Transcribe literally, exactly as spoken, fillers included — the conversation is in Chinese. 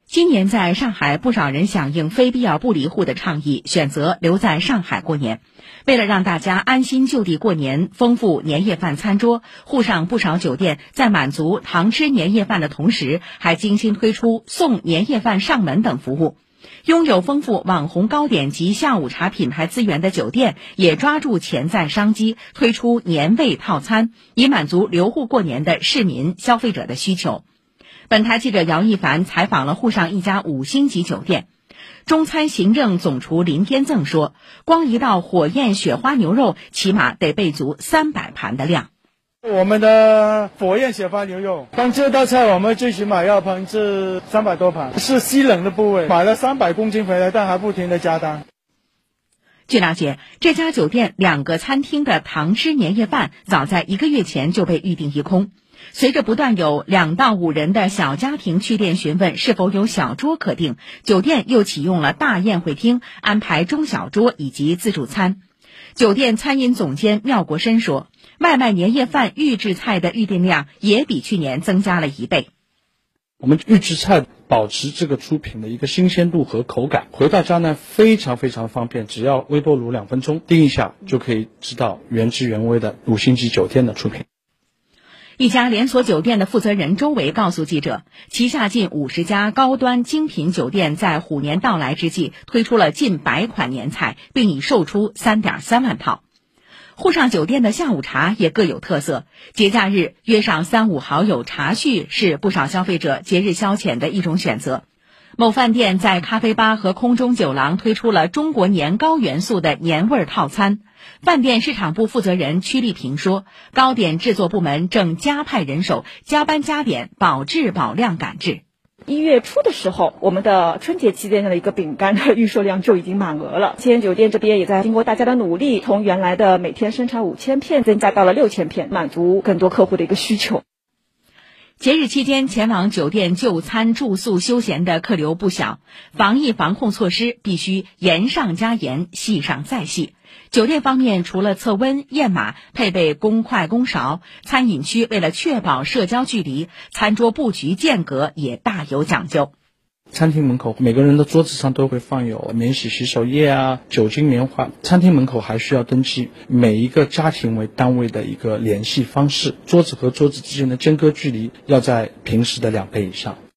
今年在上海，不少人响应非必要不离户的倡议，选择留在上海过年。为了让大家安心就地过年，丰富年夜饭餐桌，沪上不少酒店在满足堂吃年夜饭的同时，还精心推出送年夜饭上门等服务。拥有丰富网红糕点及下午茶品牌资源的酒店，也抓住潜在商机，推出年味套餐，以满足留沪过年的市民消费者的需求。本台记者姚一凡采访了沪上一家五星级酒店，中餐行政总厨林天赠说，光一道火焰雪花牛肉起码得备足三百盘的量。 我们的火焰雪花牛肉，光这道菜我们最起码要烹制三百多盘，是西冷的部位，买了三百公斤回来，但还不停的加单。 据了解，这家酒店两个餐厅的堂吃年夜饭早在一个月前就被预订一空。随着不断有两到五人的小家庭去店询问是否有小桌可订，酒店又启用了大宴会厅，安排中小桌以及自助餐。酒店餐饮总监廖国深说，外卖年夜饭预制菜的预订量也比去年增加了一倍。 我们预制菜保持这个出品的一个新鲜度和口感，回到家呢非常非常方便，只要微波炉两分钟叮一下就可以知道原汁原味的五星级酒店的出品。 一家连锁酒店的负责人周维告诉记者，旗下近五十家高端精品酒店在虎年到来之际推出了近百款年菜，并已售出 三点三万套。沪上酒店的下午茶也各有特色，节假日约上三五好友茶叙是不少消费者节日消遣的一种选择。某饭店在咖啡吧和空中酒廊推出了中国年糕元素的年味套餐。饭店市场部负责人曲丽萍说，糕点制作部门正加派人手，加班加点，保质保量赶制。 一月初的时候，我们的春节期间的一个饼干的预售量就已经满额了。千酒店这边也在经过大家的努力，从原来的每天生产五千片增加到了六千片，满足更多客户的一个需求。 节日期间前往酒店就餐、住宿、休闲的客流不小，防疫防控措施必须严上加严，细上再细。酒店方面除了测温、验码，配备公筷公勺，餐饮区为了确保社交距离，餐桌布局间隔也大有讲究。 餐厅门口每个人的桌子上都会放有免洗洗手液啊、酒精棉花。餐厅门口还需要登记每一个家庭为单位的一个联系方式，桌子和桌子之间的间隔距离要在平时的两倍以上。